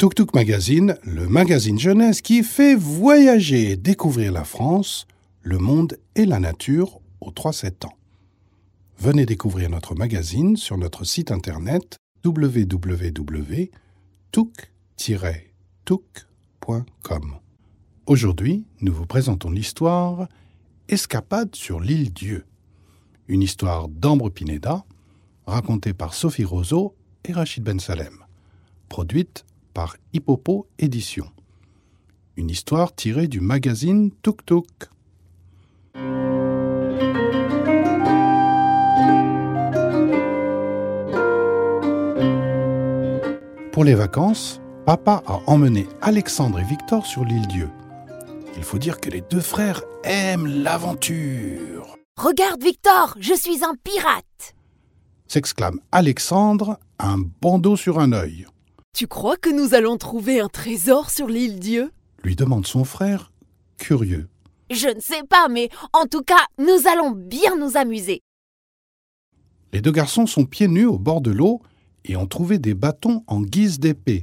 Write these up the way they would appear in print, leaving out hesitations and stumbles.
Tuk Tuk Magazine, le magazine jeunesse qui fait voyager et découvrir la France, le monde et la nature aux 3-7 ans. Venez découvrir notre magazine sur notre site internet www.tuk-tuk.com. Aujourd'hui, nous vous présentons l'histoire Escapade sur l'île Dieu, une histoire d'Ambre Pineda, racontée par Sophie Roseau et Rachid Ben Salem, produite par Hippopo Éditions. Une histoire tirée du magazine Tuk Tuk. Pour les vacances, papa a emmené Alexandre et Victor sur l'île Dieu. Il faut dire que les deux frères aiment l'aventure. « Regarde Victor, je suis un pirate !» s'exclame Alexandre, un bandeau sur un œil. « Tu crois que nous allons trouver un trésor sur l'île Dieu ?» lui demande son frère, curieux. « Je ne sais pas, mais en tout cas, nous allons bien nous amuser. » Les deux garçons sont pieds nus au bord de l'eau et ont trouvé des bâtons en guise d'épée.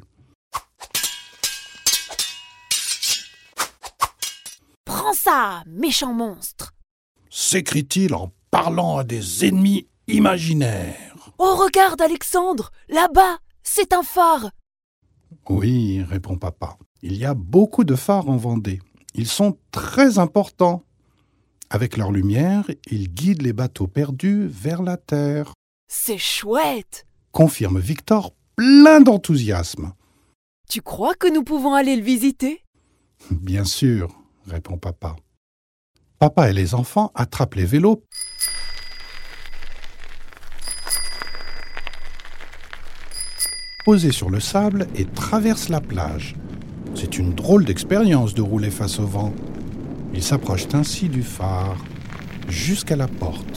« Prends ça, méchant monstre !» s'écrie-t-il en parlant à des ennemis imaginaires. « Oh, regarde Alexandre, là-bas, c'est un phare !» Oui, répond papa. Il y a beaucoup de phares en Vendée. Ils sont très importants. Avec leur lumière, ils guident les bateaux perdus vers la terre. C'est chouette, confirme Victor, plein d'enthousiasme. Tu crois que nous pouvons aller le visiter ? Bien sûr, répond papa. Papa et les enfants attrapent les vélos, posés sur le sable et traversent la plage. C'est une drôle d'expérience de rouler face au vent. Ils s'approchent ainsi du phare, jusqu'à la porte.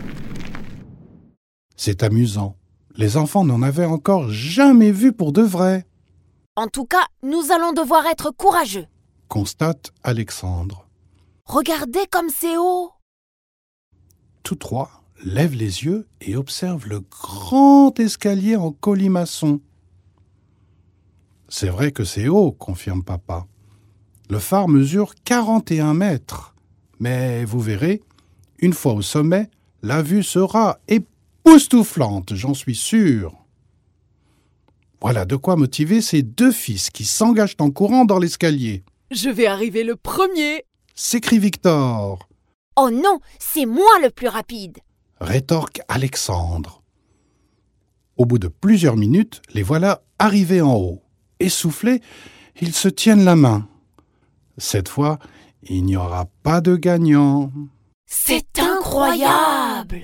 C'est amusant. Les enfants n'en avaient encore jamais vu pour de vrai. « En tout cas, nous allons devoir être courageux, » constate Alexandre. « Regardez comme c'est haut !» Tous trois lèvent les yeux et observent le grand escalier en colimaçon. C'est vrai que c'est haut, confirme papa. Le phare mesure 41 mètres. Mais vous verrez, une fois au sommet, la vue sera époustouflante, j'en suis sûr. Voilà de quoi motiver ces deux fils qui s'engagent en courant dans l'escalier. « Je vais arriver le premier !» s'écrie Victor. « Oh non, c'est moi le plus rapide !» rétorque Alexandre. Au bout de plusieurs minutes, les voilà arrivés en haut. Essoufflés, ils se tiennent la main. Cette fois, il n'y aura pas de gagnant. « C'est incroyable !»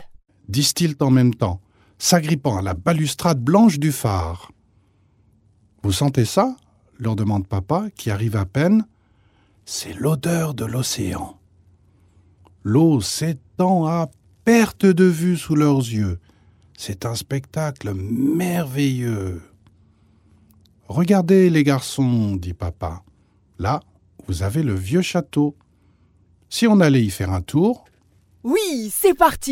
disent-ils en même temps, s'agrippant à la balustrade blanche du phare. « Vous sentez ça ?» leur demande papa, qui arrive à peine. « C'est l'odeur de l'océan. » L'eau s'étend à perte de vue sous leurs yeux. C'est un spectacle merveilleux. « Regardez les garçons, dit papa. Là, vous avez le vieux château. Si on allait y faire un tour... » Oui, c'est parti !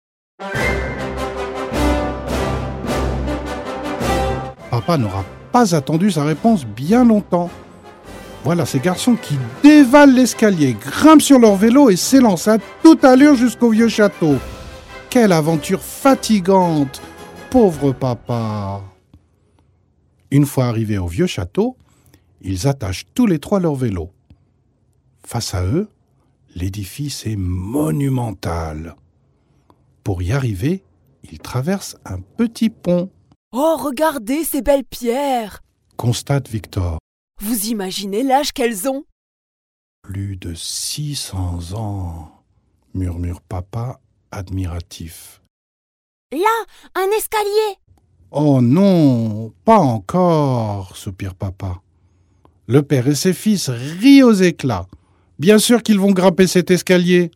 Papa n'aura pas attendu sa réponse bien longtemps. Voilà ces garçons qui dévalent l'escalier, grimpent sur leur vélo et s'élancent à toute allure jusqu'au vieux château. Quelle aventure fatigante, pauvre papa! Une fois arrivés au vieux château, ils attachent tous les trois leur vélo. Face à eux, l'édifice est monumental. Pour y arriver, ils traversent un petit pont. « Oh, regardez ces belles pierres !» constate Victor. « Vous imaginez l'âge qu'elles ont ?» Plus de 600 ans, murmure papa, admiratif. « Là, un escalier !» « Oh non, pas encore !» soupire papa. Le père et ses fils rient aux éclats. Bien sûr qu'ils vont grimper cet escalier.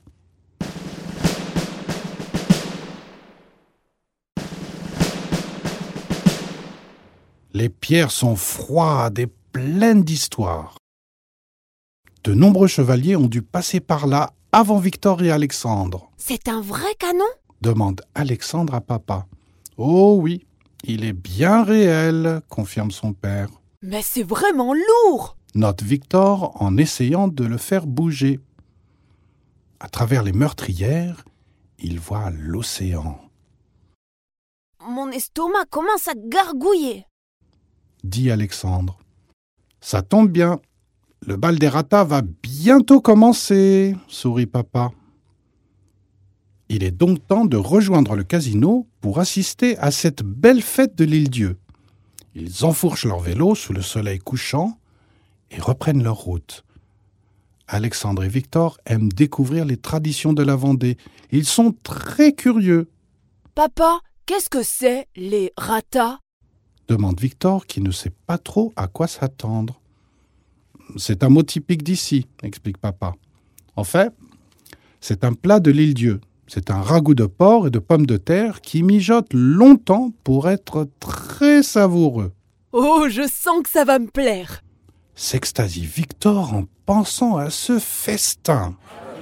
Les pierres sont froides et pleines d'histoire. De nombreux chevaliers ont dû passer par là avant Victor et Alexandre. « C'est un vrai canon ?» demande Alexandre à papa. « Oh oui, il est bien réel, confirme son père. Mais c'est vraiment lourd! Note Victor en essayant de le faire bouger. À travers les meurtrières, il voit l'océan. Mon estomac commence à gargouiller. Dit Alexandre. Ça tombe bien. Le bal des ratas va bientôt commencer, sourit papa. Il est donc temps de rejoindre le casino pour assister à cette belle fête de l'île-Dieu. Ils enfourchent leur vélo sous le soleil couchant et reprennent leur route. Alexandre et Victor aiment découvrir les traditions de la Vendée. Ils sont très curieux. Papa, qu'est-ce que c'est, les ratas? Demande Victor qui ne sait pas trop à quoi s'attendre. C'est un mot typique d'ici, explique papa. En fait, c'est un plat de l'île-Dieu. C'est un ragoût de porc et de pommes de terre qui mijote longtemps pour être très savoureux. Oh, je sens que ça va me plaire! S'extasie Victor en pensant à ce festin.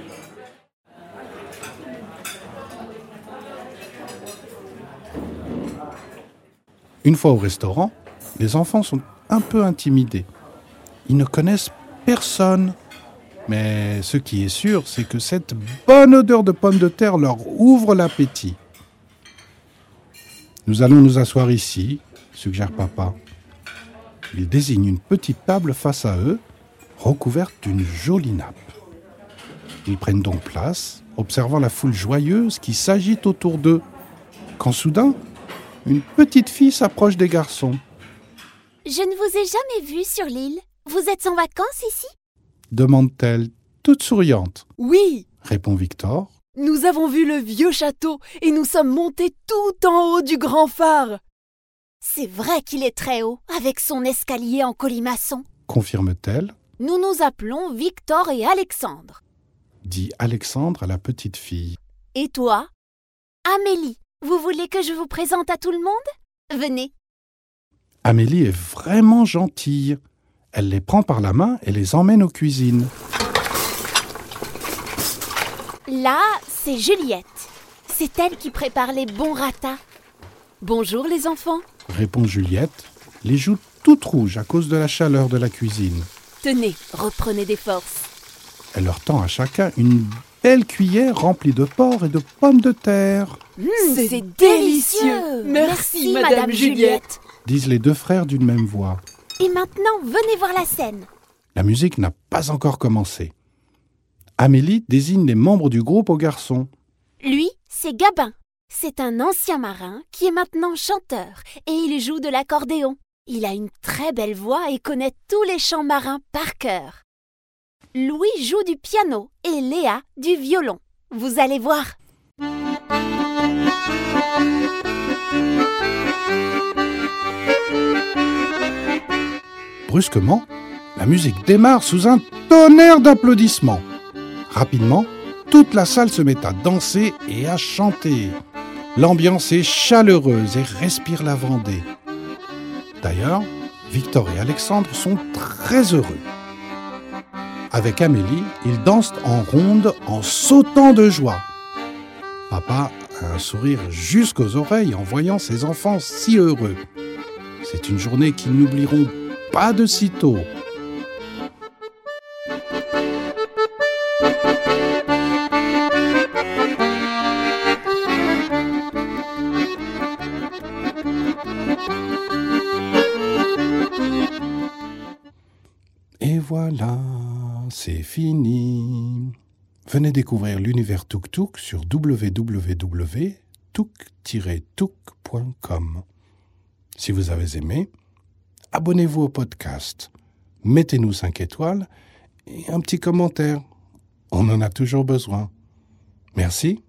Une fois au restaurant, les enfants sont un peu intimidés. Ils ne connaissent personne. Mais ce qui est sûr, c'est que cette bonne odeur de pommes de terre leur ouvre l'appétit. Nous allons nous asseoir ici, suggère papa. Il désigne une petite table face à eux, recouverte d'une jolie nappe. Ils prennent donc place, observant la foule joyeuse qui s'agite autour d'eux, quand soudain, une petite fille s'approche des garçons. « Je ne vous ai jamais vu sur l'île. Vous êtes en vacances ici ?» demande-t-elle, toute souriante. « Oui, Répond Victor. nous avons vu le vieux château et nous sommes montés tout en haut du grand phare. » C'est vrai qu'il est très haut, avec son escalier en colimaçon. Confirme-t-elle. Nous nous appelons Victor et Alexandre. Dit Alexandre à la petite fille. Et toi? Amélie, vous voulez que je vous présente à tout le monde? Venez. Amélie est vraiment gentille. Elle les prend par la main et les emmène aux cuisines. Là, c'est Juliette. C'est elle qui prépare les bons ratas. Bonjour les enfants. Répond Juliette, les joues toutes rouges à cause de la chaleur de la cuisine. Tenez, reprenez des forces. Elle leur tend à chacun une belle cuillère remplie de porc et de pommes de terre, C'est délicieux. Merci Madame Juliette. disent les deux frères d'une même voix. Et maintenant, venez voir la scène. La musique n'a pas encore commencé. Amélie désigne les membres du groupe aux garçons. Lui, c'est Gabin. C'est un ancien marin qui est maintenant chanteur et il joue de l'accordéon. Il a une très belle voix et connaît tous les chants marins par cœur. Louis joue du piano et Léa du violon. Vous allez voir. Brusquement, la musique démarre sous un tonnerre d'applaudissements. Rapidement, toute la salle se met à danser et à chanter. L'ambiance est chaleureuse et respire la Vendée. D'ailleurs, Victor et Alexandre sont très heureux. Avec Amélie, ils dansent en ronde en sautant de joie. Papa a un sourire jusqu'aux oreilles en voyant ses enfants si heureux. C'est une journée qu'ils n'oublieront pas de sitôt. Et voilà, c'est fini. Venez découvrir l'univers Tuk Tuk sur www.tuk-tuk.com. Si vous avez aimé, abonnez-vous au podcast, mettez-nous 5 étoiles et un petit commentaire. On en a toujours besoin. Merci